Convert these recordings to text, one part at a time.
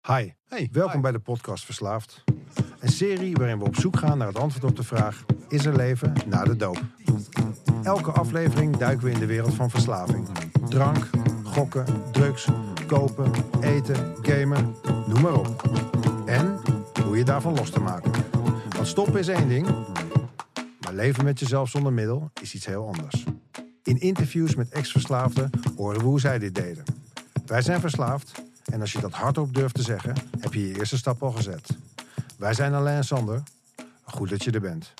Hi, welkom bij de podcast Verslaafd. Een serie waarin we op zoek gaan naar het antwoord op de vraag: is er leven na de doop? Elke aflevering duiken we in de wereld van verslaving. Drank, gokken, drugs, kopen, eten, gamen, noem maar op. En hoe je daarvan los te maken. Want stoppen is één ding, maar leven met jezelf zonder middel is iets heel anders. In interviews met ex-verslaafden horen we hoe zij dit deden. Wij zijn verslaafd. En als je dat hardop durft te zeggen, heb je je eerste stap al gezet. Wij zijn Alain en Sander. Goed dat je er bent.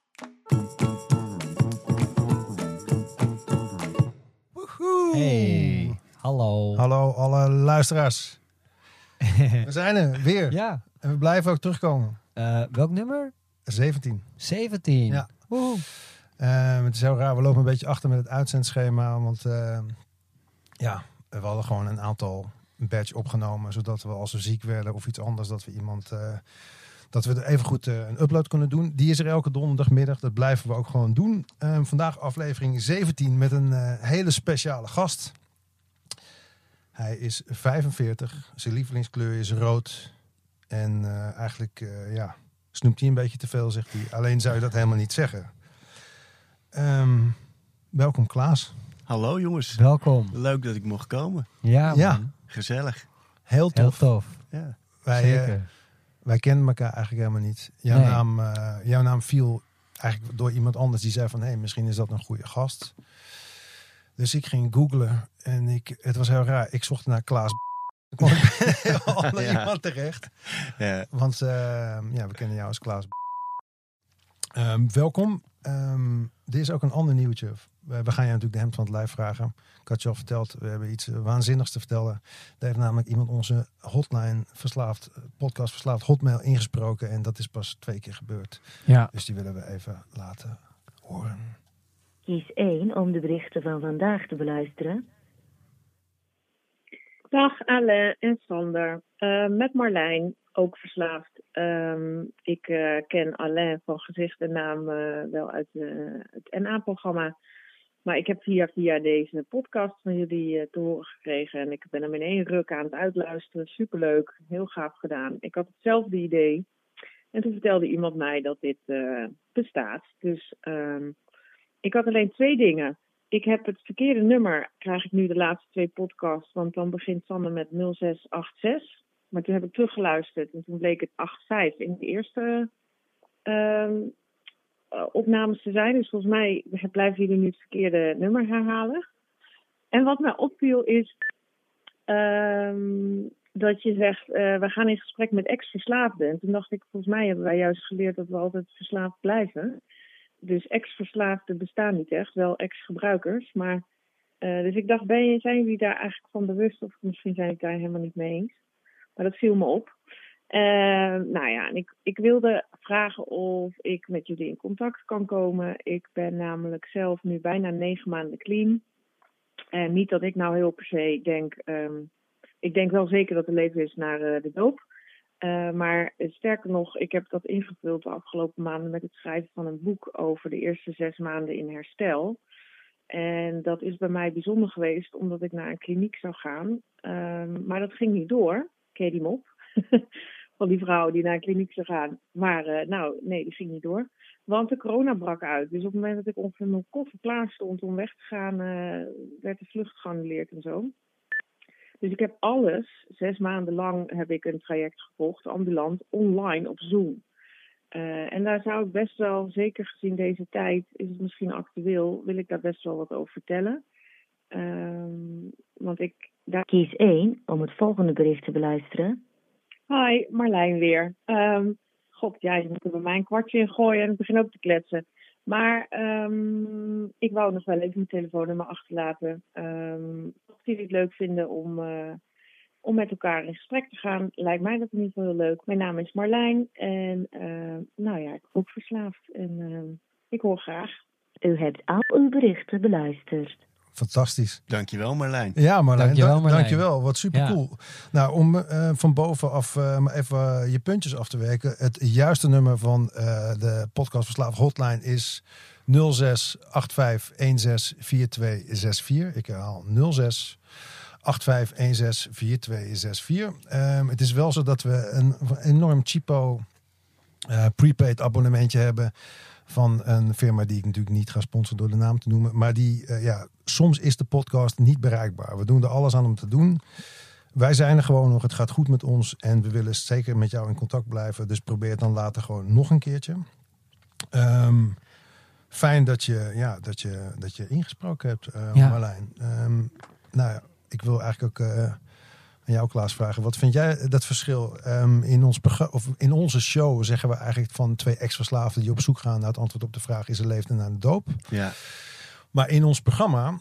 Woehoe. Hey, hallo. Hallo alle luisteraars. We zijn er weer. Ja. En we blijven ook terugkomen. Welk nummer? 17. 17. Ja. Woehoe. Het is heel raar. We lopen een beetje achter met het uitzendschema. Want we hadden gewoon een aantal badge opgenomen, zodat we als we ziek werden of iets anders, dat we dat we er even goed een upload kunnen doen. Die is er elke donderdagmiddag. Dat blijven we ook gewoon doen. Vandaag aflevering 17 met een hele speciale gast. Hij is 45. Zijn lievelingskleur is rood. En eigenlijk snoept hij een beetje te veel, zegt hij. Alleen zou je dat helemaal niet zeggen. Welkom Klaas. Hallo jongens. Welkom. Leuk dat ik mocht komen. Ja, Ja. man. Gezellig. Heel tof. Heel tof. Ja. Zeker. Wij kennen elkaar eigenlijk helemaal niet. Jouw naam viel eigenlijk door iemand anders die zei van, hey, misschien is dat een goede gast. Dus ik ging googlen en het was heel raar. Ik zocht naar Klaas. Ik kwam bij iemand terecht. Ja. Want we kennen jou als Klaas. Welkom. Dit is ook een ander nieuwtje. We gaan jou natuurlijk de hemd van het lijf vragen. Ik had je al verteld, we hebben iets waanzinnigs te vertellen. Daar heeft namelijk iemand onze hotline podcast Verslaafd hotmail ingesproken. En dat is pas 2 keer gebeurd. Ja. Dus die willen we even laten horen. Kies 1 om de berichten van vandaag te beluisteren. Dag Alain en Sander. Met Marlijn, ook verslaafd. Ik ken Alain van gezicht en naam wel uit het NA-programma. Maar ik heb via deze podcast van jullie te horen gekregen. En ik ben hem in 1 ruk aan het uitluisteren. Superleuk, heel gaaf gedaan. Ik had hetzelfde idee. En toen vertelde iemand mij dat dit bestaat. Dus ik had alleen 2 dingen. Ik heb het verkeerde nummer, krijg ik nu de laatste 2 podcasts. Want dan begint Sander met 0686. Maar toen heb ik teruggeluisterd en toen bleek het 85 in de eerste opnames te zijn. Dus volgens mij blijven jullie nu het verkeerde nummer herhalen. En wat mij opviel is dat je zegt, we gaan in gesprek met ex-verslaafden. En toen dacht ik, volgens mij hebben wij juist geleerd dat we altijd verslaafd blijven. Dus ex-verslaafden bestaan niet echt, wel ex-gebruikers. Maar, dus ik dacht, zijn jullie daar eigenlijk van bewust? Of misschien zijn jullie daar helemaal niet mee eens. Maar dat viel me op. En ik wilde vragen of ik met jullie in contact kan komen. Ik ben namelijk zelf nu bijna 9 maanden clean. En niet dat ik nou heel per se denk... ik denk wel zeker dat er leven is naar de doop. Maar sterker nog, ik heb dat ingevuld de afgelopen maanden met het schrijven van een boek over de eerste 6 maanden in herstel. En dat is bij mij bijzonder geweest omdat ik naar een kliniek zou gaan. Maar dat ging niet door. Ken je die mop? Van die vrouw die naar een kliniek zou gaan. Maar nee, die ging niet door. Want de corona brak uit. Dus op het moment dat ik ongeveer mijn koffer klaar stond om weg te gaan, werd de vlucht geannuleerd en zo. Dus ik heb 6 maanden lang heb ik een traject gevolgd, ambulant, online op Zoom. En daar zou ik best wel, zeker gezien deze tijd, is het misschien actueel, wil ik daar best wel wat over vertellen. Kies 1 om het volgende bericht te beluisteren. Hi, Marlijn weer. Je moet er bij mij een kwartje in gooien en ik begin ook te kletsen. Maar ik wou nog wel even mijn telefoonnummer achterlaten. Als jullie het leuk vinden om met elkaar in gesprek te gaan, lijkt mij dat in ieder geval heel leuk. Mijn naam is Marlijn en ik ben ook verslaafd en ik hoor graag. U hebt al uw berichten beluisterd. Fantastisch. Dankjewel Marlijn. Ja, Marlijn. Dankjewel. Dankjewel. Wat supercool. Ja. Nou, om van bovenaf even je puntjes af te werken. Het juiste nummer van de podcast Verslaafd Hotline is 0685164264. Ik herhaal 06 Het is wel zo dat we een enorm cheapo prepaid abonnementje hebben van een firma die ik natuurlijk niet ga sponsoren door de naam te noemen. Maar die, soms is de podcast niet bereikbaar. We doen er alles aan om te doen. Wij zijn er gewoon nog. Het gaat goed met ons. En we willen zeker met jou in contact blijven. Dus probeer het dan later gewoon nog een keertje. Fijn dat je ingesproken hebt, Marlijn. Ik wil eigenlijk ook aan jou, Klaas, vragen. Wat vind jij dat verschil in onze show? Zeggen we eigenlijk van 2 ex-verslaafden die op zoek gaan naar het antwoord op de vraag: is er leeftijd na de doop? Ja. Maar in ons programma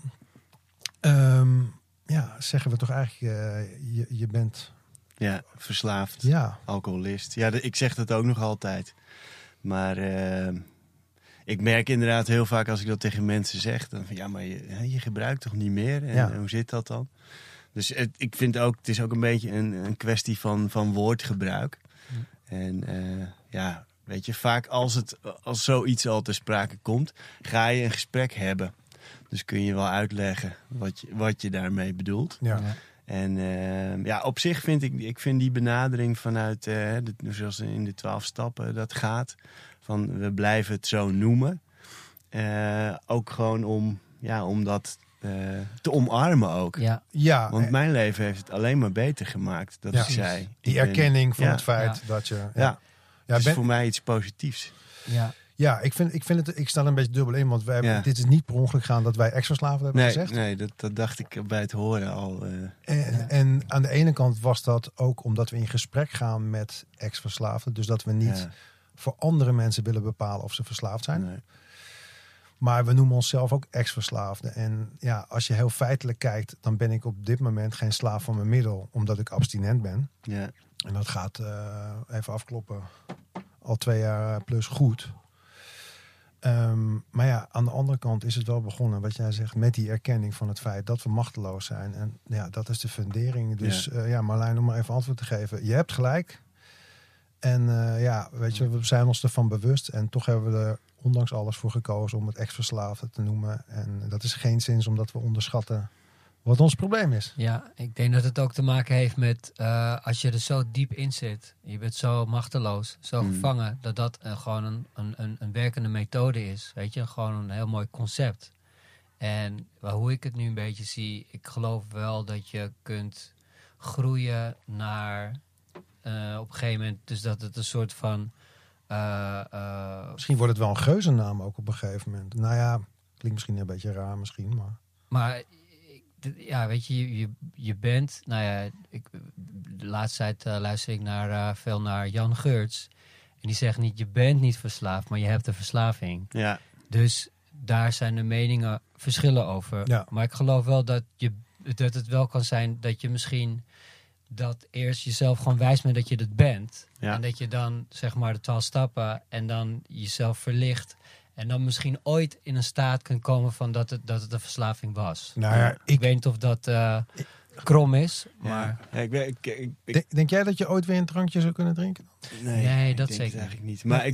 zeggen we toch eigenlijk je bent verslaafd, Ja. alcoholist. Ja, ik zeg dat ook nog altijd. Maar ik merk inderdaad heel vaak als ik dat tegen mensen zeg, dan van maar je gebruikt toch niet meer? En hoe zit dat dan? Dus ik vind ook, het is ook een beetje een kwestie van woordgebruik. En weet je, vaak als zoiets al ter sprake komt, ga je een gesprek hebben. Dus kun je wel uitleggen wat je daarmee bedoelt. Ja. En op zich vind ik die benadering vanuit, zoals in de 12 stappen dat gaat, van we blijven het zo noemen. Ook gewoon om dat te omarmen ook. Ja. Want mijn leven heeft het alleen maar beter gemaakt, dat ik zei. Die erkenning van het feit dat je... Het is voor mij iets positiefs. Ja, ik sta er een beetje dubbel in, want dit is niet per ongeluk gaan dat wij ex-verslaafden hebben gezegd. Nee, dat dacht ik bij het horen al. En aan de ene kant was dat ook omdat we in gesprek gaan met ex-verslaafden. Dus dat we niet voor andere mensen willen bepalen of ze verslaafd zijn. Nee. Maar we noemen onszelf ook ex-verslaafden. En als je heel feitelijk kijkt, dan ben ik op dit moment geen slaaf van mijn middel, omdat ik abstinent ben. Ja. En dat gaat, even afkloppen, al 2 jaar plus goed. Maar aan de andere kant is het wel begonnen, wat jij zegt, met die erkenning van het feit dat we machteloos zijn. En dat is de fundering. Dus Marlijn, om maar even antwoord te geven. Je hebt gelijk. En weet je, we zijn ons ervan bewust. En toch hebben we er ondanks alles voor gekozen om het ex-verslaafde te noemen. En dat is geen zins omdat we onderschatten wat ons probleem is. Ja, ik denk dat het ook te maken heeft met als je er zo diep in zit. Je bent zo machteloos, zo gevangen. Dat gewoon een werkende methode is. Weet je, gewoon een heel mooi concept. En hoe ik het nu een beetje zie, ik geloof wel dat je kunt groeien naar op een gegeven moment. Dus dat het een soort van... Misschien wordt het wel een geuzennaam ook op een gegeven moment. Nou ja, klinkt misschien een beetje raar misschien, maar weet je, je bent... de laatste tijd luister ik veel naar Jan Geurts. En die zegt niet, je bent niet verslaafd, maar je hebt een verslaving. Ja. Dus daar zijn de meningen verschillen over. Ja. Maar ik geloof wel dat het wel kan zijn dat je misschien... dat eerst jezelf gewoon wijst met dat je het bent. Ja. En dat je dan, zeg maar, de 12 stappen... en dan jezelf verlicht... en dan misschien ooit in een staat kunt komen van dat het een verslaving was. Nou ja, ik weet niet of dat krom is, maar... Ja, Denk jij dat je ooit weer een drankje zou kunnen drinken? Nee, dat ik denk zeker het eigenlijk niet. Maar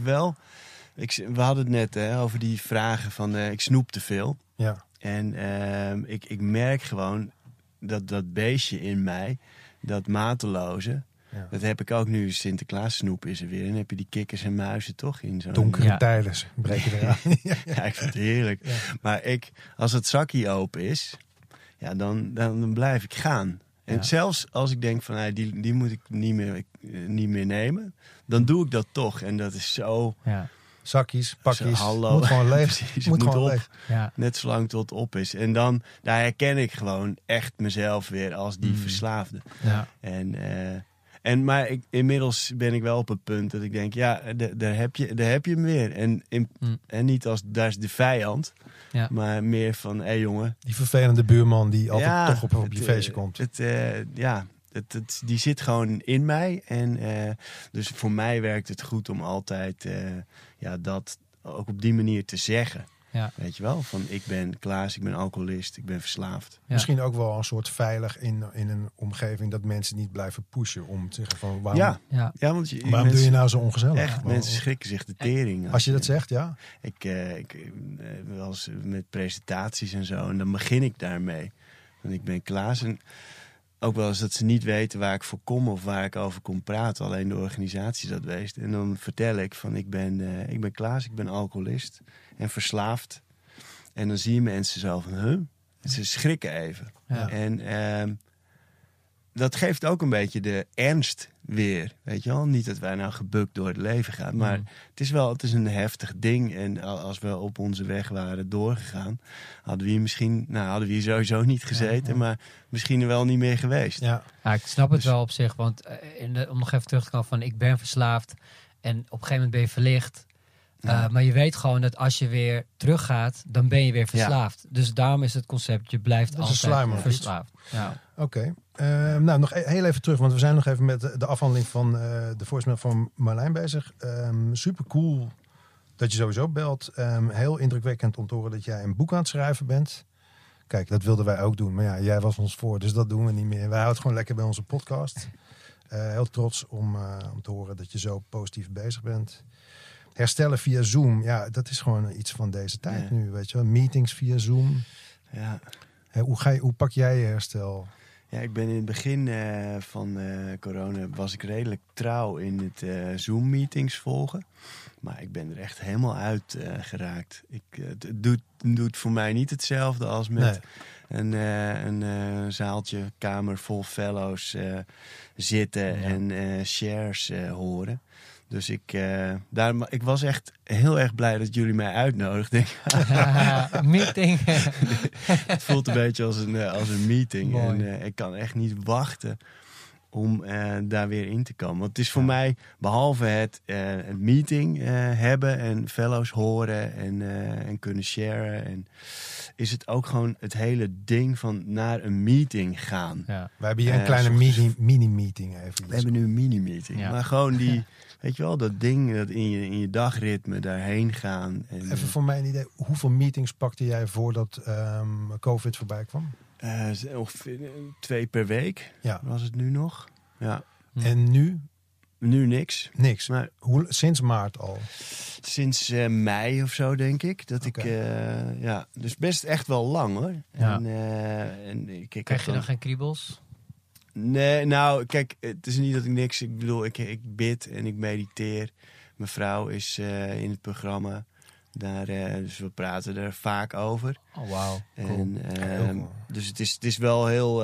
we hadden het net over die vragen van ik snoep te veel. Ja. En ik merk gewoon dat beestje in mij, dat mateloze... Ja. Dat heb ik ook nu. Sinterklaas snoep is er weer. En dan heb je die kikkers en muizen toch in zo'n... Donkere tijden breek je eraan. Ja, ik vind het heerlijk. Ja. Maar als het zakje open is, dan blijf ik gaan. En zelfs als ik denk van die moet ik niet meer nemen, dan doe ik dat toch. En dat is zo... Ja. Zakjes, pakjes, hallo. moet gewoon leeg. Precies, moet gewoon op. leeg. Ja. Net zolang tot op is. En daar herken ik gewoon echt mezelf weer als die verslaafde. Ja. Maar inmiddels ben ik wel op het punt dat ik denk, daar heb je hem weer. En niet als, daar is de vijand, maar meer van, jongen. Die vervelende buurman die altijd toch op je feestje komt. Die zit gewoon in mij. En dus voor mij werkt het goed om altijd dat ook op die manier te zeggen. Ja. Weet je wel, van ik ben Klaas, ik ben alcoholist, ik ben verslaafd. Ja. Misschien ook wel een soort veilig in een omgeving dat mensen niet blijven pushen om te zeggen van waarom want waarom doe je nou zo ongezellig? Echt, mensen schrikken zich de tering. Als je dat zegt, ja. Ik wel eens met presentaties en zo, en dan begin ik daarmee. Want ik ben Klaas. En ook wel eens dat ze niet weten waar ik voor kom of waar ik over kom praten. Alleen de organisatie dat weet. En dan vertel ik van ik ben Klaas, ik ben alcoholist en verslaafd. En dan zie je mensen zo van, Ze schrikken even. Ja. En dat geeft ook een beetje de ernst weer. Weet je wel? Niet dat wij nou gebukt door het leven gaan. Maar het is een heftig ding. En als we op onze weg waren doorgegaan, hadden we hier sowieso niet gezeten. Maar misschien er wel niet meer geweest. Ja, ik snap het wel op zich. Want om nog even terug te komen van ik ben verslaafd. En op een gegeven moment ben je verlicht. Maar je weet gewoon dat als je weer teruggaat, dan ben je weer verslaafd. Dus daarom is het concept, je blijft altijd verslaafd. Ja. Oké. Nou, nog heel even terug, want we zijn nog even met de afhandeling van de voicemail van Marlijn bezig. Super cool dat je sowieso belt. Heel indrukwekkend om te horen dat jij een boek aan het schrijven bent. Kijk, dat wilden wij ook doen. Maar ja, jij was ons voor, dus dat doen we niet meer. Wij houden het gewoon lekker bij onze podcast. Heel trots om te horen dat je zo positief bezig bent. Herstellen via Zoom, ja, dat is gewoon iets van deze tijd nu, weet je wel. Meetings via Zoom. Ja. Hoe pak jij je herstel? Ja, ik ben in het begin van corona was ik redelijk trouw in het Zoom-meetings volgen. Maar ik ben er echt helemaal uit geraakt. Het doet voor mij niet hetzelfde als met een zaaltje, kamer vol fellows zitten en shares horen. Dus ik was echt heel erg blij dat jullie mij uitnodigden. Meeting. Het voelt een beetje als een meeting. Mooi. En ik kan echt niet wachten om daar weer in te komen. Want het is voor mij, behalve het meeting hebben en fellows horen en kunnen sharen. En is het ook gewoon het hele ding van naar een meeting gaan. Ja. We hebben hier een kleine mini-meeting even. We hebben nu een mini-meeting. Ja. Maar gewoon die, weet je wel, dat ding dat in je dagritme daarheen gaan. En, even voor mij een idee, hoeveel meetings pakte jij voordat COVID voorbij kwam? ongeveer 2 per week was het nu nog. Ja. En nu? Nu niks. Niks. Maar sinds maart al? Sinds mei of zo, denk ik. Dus best echt wel lang, hoor. Ja. Krijg je dan geen kriebels? Nee, nou, kijk, het is niet dat ik niks... Ik bedoel, ik bid en ik mediteer. Mijn vrouw is in het programma. Dus we praten er vaak over. Oh, wauw. Cool. Dus het is wel heel...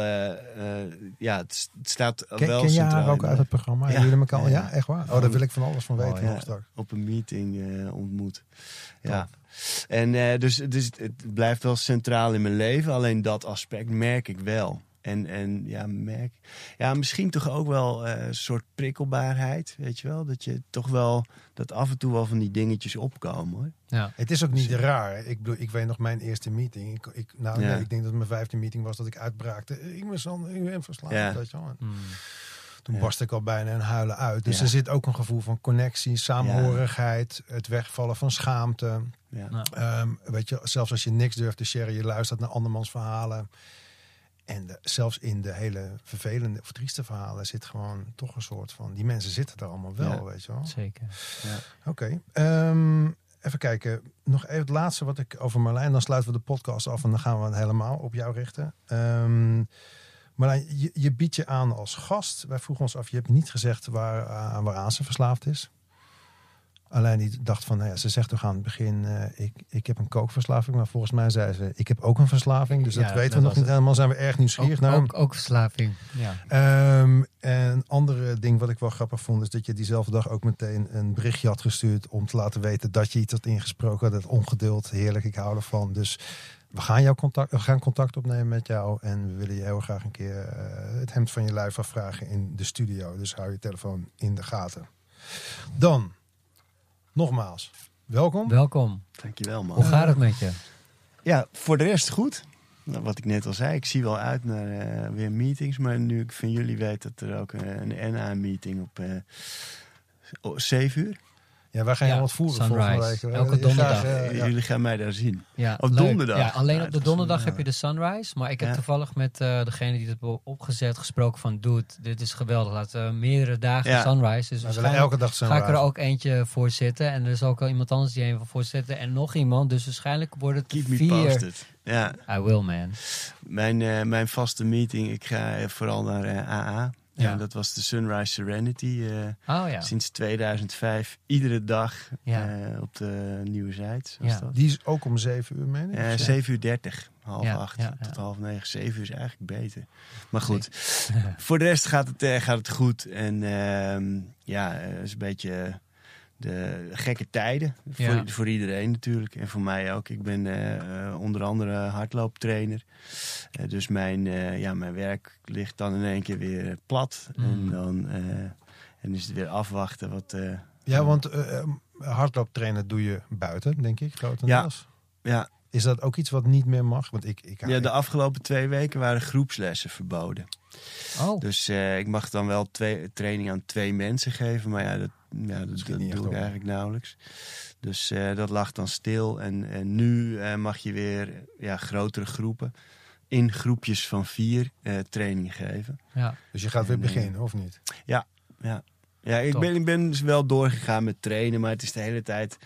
het staat wel centraal. Ken je haar ook uit het programma? Ja. Jullie elkaar? Ja, echt waar? Oh, daar wil ik van alles van weten. Nog straks. Op een meeting ontmoet. Ja. En dus het blijft wel centraal in mijn leven. Alleen dat aspect merk ik wel. En misschien toch ook wel een soort prikkelbaarheid, weet je wel? Dat je toch wel, dat af en toe wel van die dingetjes opkomen, hoor. Ja. Het is ook niet raar. Ik bedoel, ik weet nog mijn eerste meeting. Ik denk dat het mijn 15e meeting was dat ik uitbraakte. Ik ben verslaafd, weet je wel. Toen barstte ik al bijna een huilen uit. Dus er zit ook een gevoel van connectie, samenhorigheid, het wegvallen van schaamte. Ja. Weet je, zelfs als je niks durft te sharen, je luistert naar andermans verhalen. En zelfs in de hele vervelende of trieste verhalen zit gewoon toch een soort van... Die mensen zitten er allemaal wel, weet je wel. Zeker. Ja. Oké. Even kijken. Nog even het laatste wat ik over Marlijn... Dan sluiten we de podcast af en dan gaan we het helemaal op jou richten. Marlijn, je biedt je aan als gast. Wij vroegen ons af, je hebt niet gezegd waaraan ze verslaafd is. Alleen die dacht van, ze zegt toch aan het begin... ik heb een kookverslaving, maar volgens mij zei ze... ik heb ook een verslaving, dus dat weten we nog niet helemaal. Zijn we erg nieuwsgierig naar. Ook verslaving, ja. En een andere ding wat ik wel grappig vond... is dat je diezelfde dag ook meteen een berichtje had gestuurd... om te laten weten dat je iets had ingesproken. Dat ongeduld, heerlijk, ik hou ervan. Dus we gaan contact opnemen met jou... en we willen je heel graag een keer het hemd van je lijf afvragen in de studio. Dus hou je telefoon in de gaten. Dan... Nogmaals, welkom. Welkom. Dankjewel, man. Hoe gaat het met je? Ja, voor de rest goed. Nou, wat ik net al zei, ik zie wel uit naar weer meetings. Maar nu ik van jullie weet dat er ook een NA-meeting op 7 uur. Ja, wij gaan je wat voeren volgende week. Elke donderdag. Jullie gaan mij daar zien. Ja, op leuk. donderdag. Ja, alleen op de donderdag heb je de sunrise. Maar ik heb toevallig met degene die het heeft opgezet gesproken van... Dude, dit is geweldig. Laten we meerdere dagen sunrise. Dus waarschijnlijk elke dag sunrise. ga ik er ook eentje voor zitten. En er is ook al iemand anders die een voor zitten. En nog iemand. Dus waarschijnlijk wordt het Keep 4. me posted. Ja. I will, man. Mijn vaste meeting, ik ga vooral naar AA. Ja, dat was de Sunrise Serenity. Sinds 2005. Iedere dag op de nieuwe site. Die is ook om 7 uur, meen ik? 7:30. 7:30 tot 8:30. 7 uur is eigenlijk beter. Maar goed. Voor de rest gaat het goed. En het is een beetje de gekke tijden. Voor iedereen natuurlijk. En voor mij ook. Ik ben onder andere hardlooptrainer. Dus mijn werk ligt dan in één keer weer plat. En dan is het weer afwachten wat... want hardlooptrainen doe je buiten, denk ik, grotendeels. Ja. Is dat ook iets wat niet meer mag? Want de afgelopen 2 weken waren groepslessen verboden. Oh. Dus ik mag dan wel training aan 2 mensen geven. Maar dat doe ik eigenlijk nauwelijks. Dus dat lag dan stil. En nu mag je weer grotere groepen... in groepjes van 4 training geven. Ja. Dus je gaat weer beginnen, of niet? Ja. Ik ben dus wel doorgegaan met trainen, maar het is de hele tijd...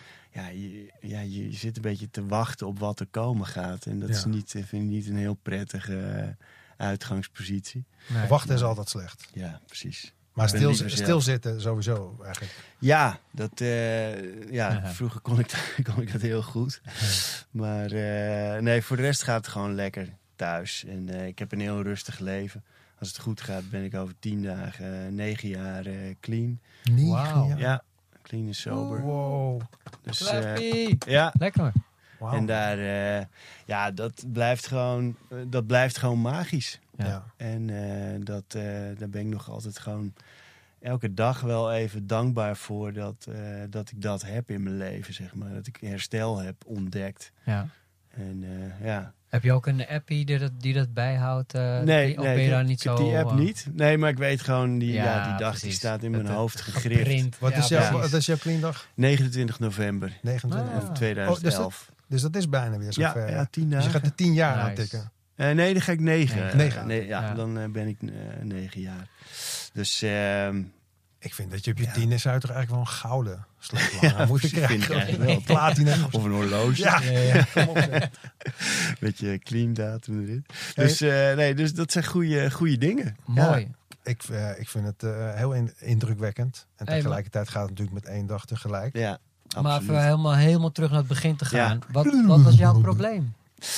je zit een beetje te wachten op wat er komen gaat. En dat is vind ik niet een heel prettige uitgangspositie. Nee. Wachten is altijd slecht. Ja, precies. Maar stilzitten sowieso eigenlijk. Ja, vroeger kon ik dat heel goed. Maar voor de rest gaat het gewoon lekker thuis. En ik heb een heel rustig leven. Als het goed gaat ben ik over 10 dagen 9 jaar clean. 9 jaar? Ja, clean en sober. Wow. Dus, lekker. Wow. En daar, dat blijft gewoon magisch. Ja. En daar ben ik nog altijd gewoon elke dag wel even dankbaar voor dat ik dat heb in mijn leven, zeg maar. Dat ik herstel heb ontdekt. Ja. En Heb je ook een appie die dat bijhoudt? Nee, ben je daar niet ik heb die app niet. Nee, maar ik weet gewoon, die dag precies. die staat in mijn hoofd gegrift. Wat is jouw cleandag? 29 november 2011. Dus dat is bijna weer zover. Ja, 10 dagen. Dus je gaat de 10 jaar aantikken. Nee, dan ga ik 9. 9. Dan ben ik 9 jaar. Dus... ik vind dat je op je 10 zou je toch eigenlijk wel een gouden sleutel moet je krijgen. Wel. Platina. Of een horloge. Ja. Kom op. Beetje clean datum erin. Dus dat zijn goede dingen. Mooi. Ja. Ik vind het heel indrukwekkend. En tegelijkertijd gaat het natuurlijk met 1 dag tegelijk. Ja, absoluut. Maar even helemaal terug naar het begin te gaan. Ja. Wat was jouw probleem?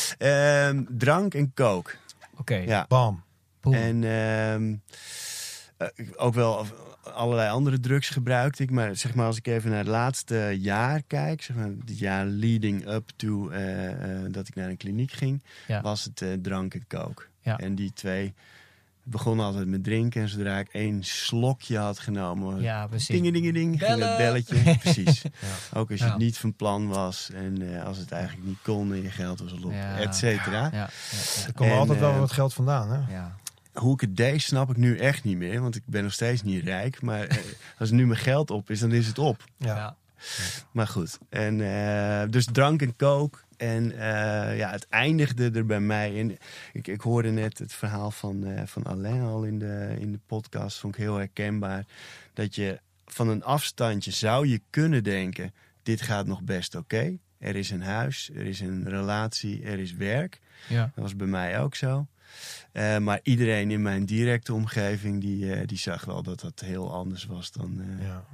Drank en coke. Oké. Ja. Bam. Boom. En ook wel allerlei andere drugs gebruikte ik. Maar zeg maar, als ik even naar het laatste jaar kijk, zeg maar, dit jaar leading up to dat ik naar een kliniek ging, was het drank en coke. Ja. En die 2 begonnen altijd met drinken. En zodra ik 1 slokje had genomen, ding, ging het belletje. Precies. Ook als je het niet van plan was en als het eigenlijk niet kon en je geld was al op, et cetera. Er komt altijd wel wat geld vandaan, hè? Ja. Hoe ik het deed, snap ik nu echt niet meer. Want ik ben nog steeds niet rijk. Maar als nu mijn geld op is, dan is het op. Ja. Maar goed. En dus drank en coke. En het eindigde er bij mij in. Ik hoorde net het verhaal van Alain al in de podcast. Vond ik heel herkenbaar. Dat je van een afstandje zou je kunnen denken, dit gaat nog best oké. Er is een huis, er is een relatie, er is werk. Ja. Dat was bij mij ook zo. Maar iedereen in mijn directe omgeving die zag wel dat dat heel anders was dan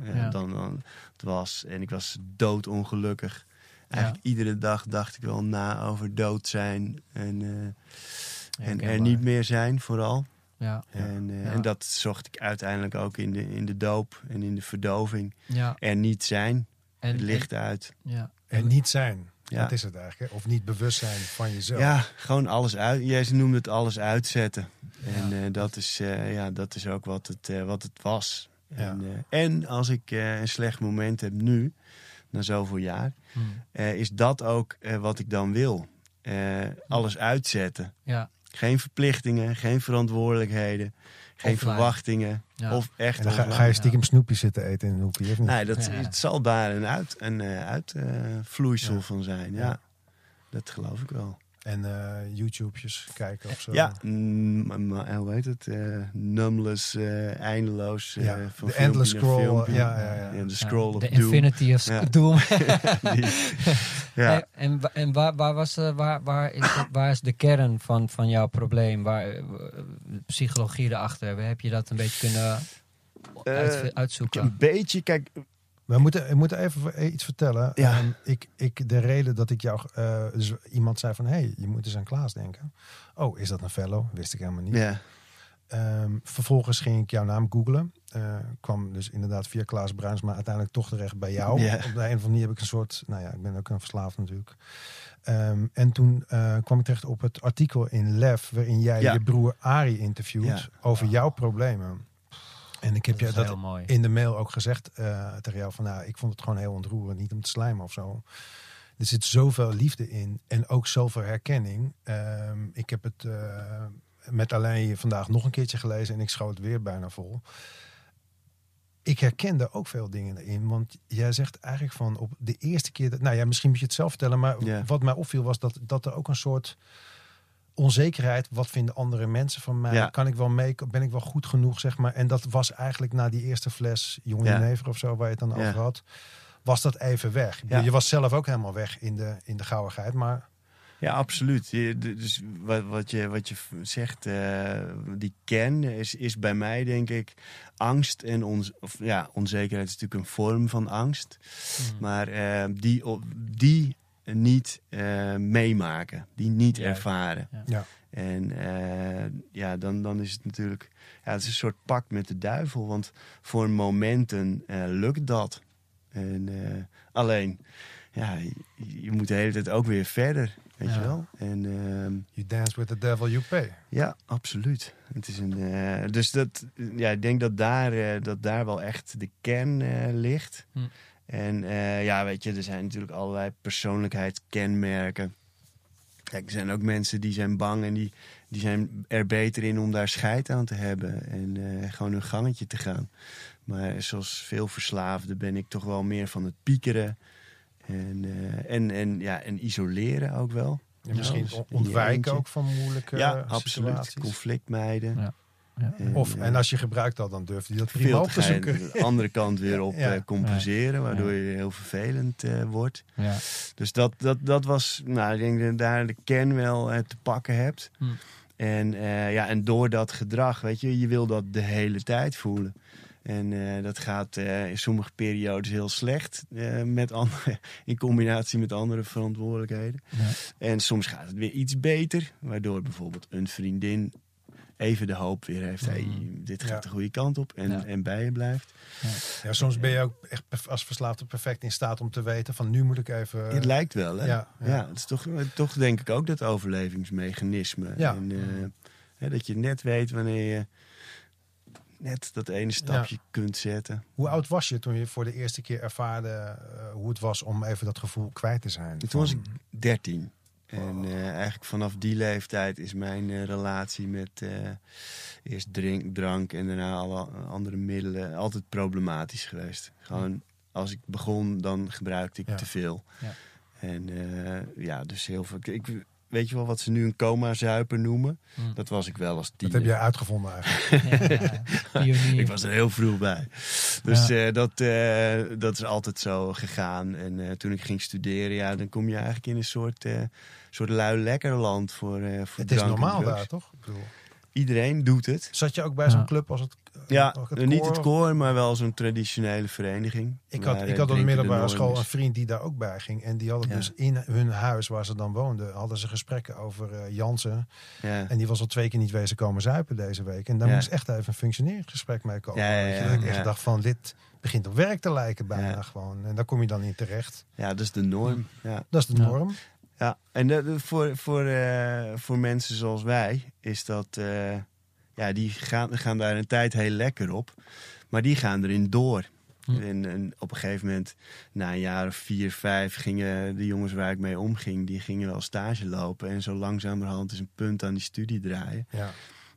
het was. En ik was doodongelukkig. Eigenlijk iedere dag dacht ik wel na over dood zijn en er niet meer zijn vooral. Ja. En dat zocht ik uiteindelijk ook in de doop en in de verdoving. Ja. Er niet zijn, het licht uit. Ja. Er niet zijn. Ja. Dat is het eigenlijk. Hè? Of niet bewust zijn van jezelf. Ja, gewoon alles uit. Jezus noemde het alles uitzetten. En dat is ook wat het was. Ja. En als ik een slecht moment heb nu, na zoveel jaar, is dat ook wat ik dan wil. Alles uitzetten. Ja. Geen verplichtingen, geen verantwoordelijkheden, Geen Offline. verwachtingen. Ja. Of echt En dan offline. ga je stiekem snoepjes zitten eten in een hoekje, of niet? Nee, Ja. het zal daar een uitvloeisel Ja. van zijn. Ja. Ja. Dat geloof ik wel. En YouTube's kijken of zo. Ja, hoe heet het? Numless, eindeloos. Ja, van de filmpje endless naar scroll. filmpje. Ja. De scroll of de doom. Infinity of Ja. Doom. Ja. En waar is de kern van jouw probleem? De psychologie erachter? Heb je dat een beetje kunnen uitzoeken? Een beetje, kijk. We moeten even iets vertellen. Ja. De reden dat ik jou... dus iemand zei van, hey, je moet eens aan Klaas denken. Oh, is dat een fellow? Wist ik helemaal niet. Ja. Vervolgens ging ik jouw naam googlen. Kwam dus inderdaad via Klaas Bruins, maar uiteindelijk toch terecht bij jou. Ja. Op de een of andere manier heb ik een soort... Nou ja, ik ben ook een verslaafd natuurlijk. En toen kwam ik terecht op het artikel in Lef, waarin jij je broer Arie interviewt over jouw problemen. En ik heb je dat heel mooi. in de mail ook gezegd tegen jou van, nou, ik vond het gewoon heel ontroerend, niet om te slijmen of zo. Er zit zoveel liefde in en ook zoveel herkenning. Ik heb het met alleen vandaag nog een keertje gelezen en ik schoot weer bijna vol. Ik herkende ook veel dingen erin, want jij zegt eigenlijk van op de eerste keer, nou ja, misschien moet je het zelf vertellen, maar wat mij opviel was dat er ook een soort onzekerheid, wat vinden andere mensen van mij? Ja. Kan ik wel mee? Ben ik wel goed genoeg, zeg maar? En dat was eigenlijk na die eerste fles Jonge Jenever of zo, waar je het dan over had, was dat even weg. Ja. Je was zelf ook helemaal weg in de gauwigheid, maar... Ja, absoluut. Dus wat je zegt, die kern is bij mij, denk ik, angst en onzekerheid is natuurlijk een vorm van angst. Maar die niet meemaken, die niet ervaren. Ja. En dan is het natuurlijk, het is een soort pact met de duivel, want voor momenten lukt dat. En alleen, je moet de hele tijd ook weer verder. Weet je wel? En, you dance with the devil, you pay. Ja, absoluut. Het is dus ik denk dat daar wel echt de kern ligt. En weet je, er zijn natuurlijk allerlei persoonlijkheidskenmerken. Kijk, er zijn ook mensen die zijn bang en die zijn er beter in om daar scheid aan te hebben. En gewoon hun gangetje te gaan. Maar zoals veel verslaafden ben ik toch wel meer van het piekeren. En isoleren ook wel. En misschien ontwijken ook van moeilijke situaties. Absoluut. Conflict mijden. Ja. En als je gebruikt dan durft hij dat prima op te zoeken. De andere kant weer op compenseren, waardoor je heel vervelend wordt. Ja. Dus dat was, ik denk dat je daar de kern wel te pakken hebt. En door dat gedrag, weet je wil dat de hele tijd voelen. En dat gaat in sommige periodes heel slecht in combinatie met andere verantwoordelijkheden. Ja. En soms gaat het weer iets beter, waardoor bijvoorbeeld een vriendin even de hoop weer heeft. Dit gaat de goede kant op en bij je blijft. Ja, soms ben je ook echt als verslaafde perfect in staat om te weten van nu moet ik even... Het lijkt wel, hè? Ja. Het is toch denk ik ook dat overlevingsmechanisme. Ja. En, dat je net weet wanneer je net dat ene stapje kunt zetten. Hoe oud was je toen je voor de eerste keer ervaarde hoe het was om even dat gevoel kwijt te zijn? Toen was ik 13. En eigenlijk vanaf die leeftijd is mijn relatie met eerst drank en daarna alle andere middelen altijd problematisch geweest. Gewoon als ik begon, dan gebruikte ik te veel. Ja. En dus heel veel... Weet je wel wat ze nu een coma-zuiper noemen? Dat was ik wel als tiener. Dat heb jij uitgevonden eigenlijk. Ik was er heel vroeg bij. Dus dat is altijd zo gegaan. En toen ik ging studeren, dan kom je eigenlijk in een soort lui lekker land voor het is normaal daar, toch? Ik bedoel... Iedereen doet het. Zat je ook bij zo'n club als het niet het koor, maar wel zo'n traditionele vereniging. Ik had op de middelbare school een vriend die daar ook bij ging. En die hadden dus in hun huis waar ze dan woonden, hadden ze gesprekken over Jansen. Ja. En die was al 2 keer niet wezen komen zuipen deze week. En daar moest echt even een functionerend gesprek mee komen. Dat ik echt dacht van, dit begint op werk te lijken bijna gewoon. En daar kom je dan in terecht. Ja, dat is de norm. Ja. Dat is de norm. Ja, en voor mensen zoals wij is dat... die gaan daar een tijd heel lekker op. Maar die gaan erin door. En op een gegeven moment, na een jaar of 4, 5... gingen de jongens waar ik mee omging... die gingen wel stage lopen. En zo langzamerhand is een punt aan die studie draaien. Ja.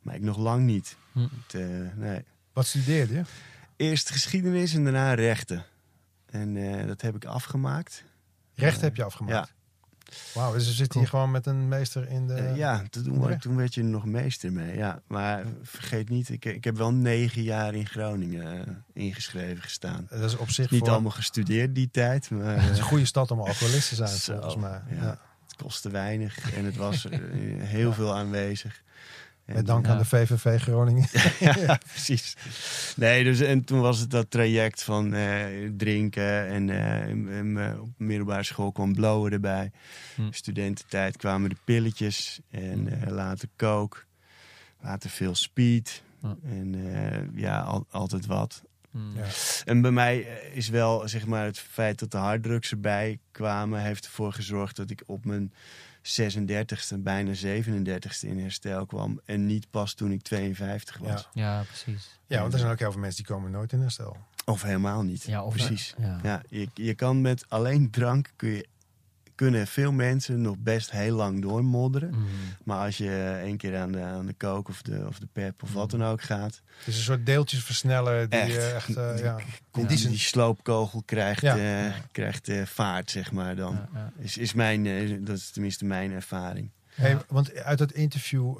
Maar ik nog lang niet. Hm. Nee. Wat studeerde je? Eerst geschiedenis en daarna rechten. En dat heb ik afgemaakt. Recht heb je afgemaakt? Ja. Wauw, dus we zitten hier gewoon met een meester in de... Toen werd je er nog meester mee. Ja. Maar vergeet niet, ik heb wel 9 jaar in Groningen ingeschreven gestaan. Dat is op zich Niet allemaal gestudeerd die tijd. Maar, het is een goede stad om alcoholist te zijn, Zo, volgens mij. ja. Het kostte weinig en het was heel veel aanwezig. Met dank aan de VVV Groningen. Ja, precies. Nee, dus en toen was het dat traject van drinken en op middelbare school kwam blowen erbij. Studententijd kwamen de pilletjes en later coke, later veel speed en altijd wat. Ja. En bij mij is wel, zeg maar, het feit dat de harddrugs erbij kwamen, heeft ervoor gezorgd dat ik op mijn 36e, bijna 37e in herstel kwam. En niet pas toen ik 52 was. Ja, precies. Ja, want er zijn ook heel veel mensen die komen nooit in herstel. Of helemaal niet. Ja, of precies. Ja. Ja, je kan met alleen drank kunnen veel mensen nog best heel lang doormodderen. Maar als je 1 keer aan de coke of de pep of wat dan ook gaat. Het is een soort deeltjesversneller die Die sloopkogel krijgt vaart, zeg maar dan. Dat is tenminste mijn ervaring. Hey, want uit dat interview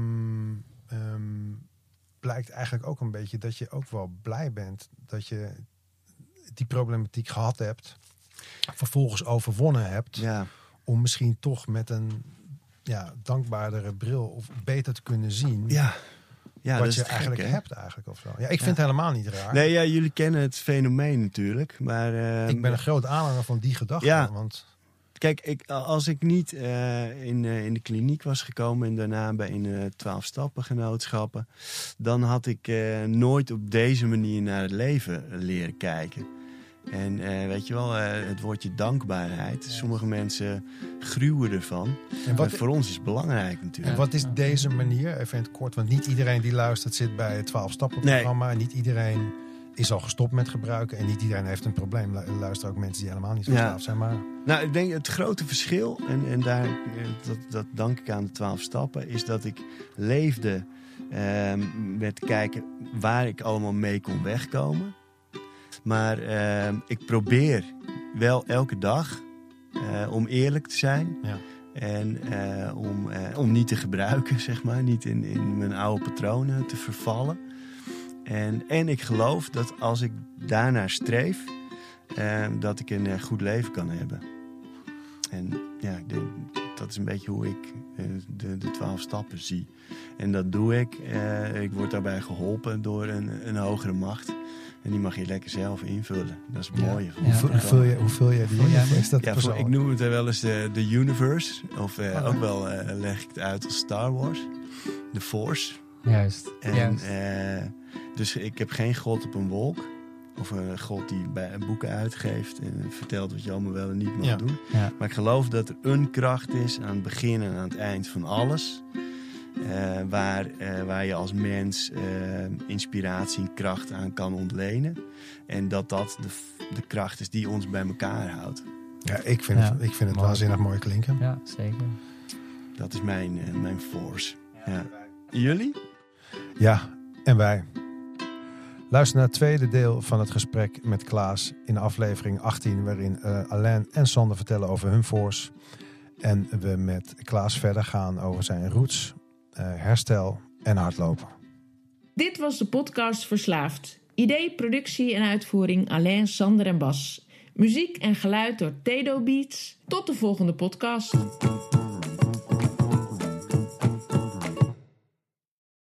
blijkt eigenlijk ook een beetje dat je ook wel blij bent dat je die problematiek gehad hebt, vervolgens overwonnen hebt, om misschien toch met een dankbaardere bril of beter te kunnen zien wat je eigenlijk hebt eigenlijk of zo. Ja, ik vind het helemaal niet raar. Nee, jullie kennen het fenomeen natuurlijk, maar ik ben een groot aanhanger van die gedachte. Ja. Want kijk, als ik niet in de kliniek was gekomen en daarna in 12 stappengenootschappen, dan had ik nooit op deze manier naar het leven leren kijken. En weet je wel, het woordje dankbaarheid. Sommige mensen gruwen ervan. En voor ons is het belangrijk natuurlijk. En wat is deze manier? Even in het kort, want niet iedereen die luistert zit bij het 12-stappen-programma. Nee. En niet iedereen is al gestopt met gebruiken. En niet iedereen heeft een probleem. Er luisteren ook mensen die helemaal niet verslaafd zijn. Maar... Nou, ik denk het grote verschil, en daar, dat dank ik aan de 12 stappen, is dat ik leefde met kijken waar ik allemaal mee kon wegkomen. Maar ik probeer wel elke dag om eerlijk te zijn. Ja. En om niet te gebruiken, zeg maar. Niet in mijn oude patronen te vervallen. En ik geloof dat als ik daarnaar streef, dat ik een goed leven kan hebben. En ja, ik denk, dat is een beetje hoe ik de 12 stappen zie. En dat doe ik. Ik word daarbij geholpen door een hogere macht. En die mag je lekker zelf invullen. Dat is het mooie. Hoe vul jij die in? Ik noem het wel eens de universe. Of ook wel leg ik het uit als Star Wars. De Force. Juist. Dus ik heb geen God op een wolk. Of een God die boeken uitgeeft en vertelt wat je allemaal wel en niet mag doen. Ja. Maar ik geloof dat er een kracht is aan het begin en aan het eind van alles. Waar je als mens inspiratie en kracht aan kan ontlenen. En dat de kracht is die ons bij elkaar houdt. Ja, ik vind het waanzinnig mooi klinken. Ja, zeker. Dat is mijn force. Ja. Jullie? Ja, en wij. Luister naar het tweede deel van het gesprek met Klaas in aflevering 18... waarin Alain en Sander vertellen over hun force. En we met Klaas verder gaan over zijn roots, herstel en hardlopen. Dit was de podcast Verslaafd. Idee, productie en uitvoering Alain, Sander en Bas. Muziek en geluid door Tedo Beats. Tot de volgende podcast.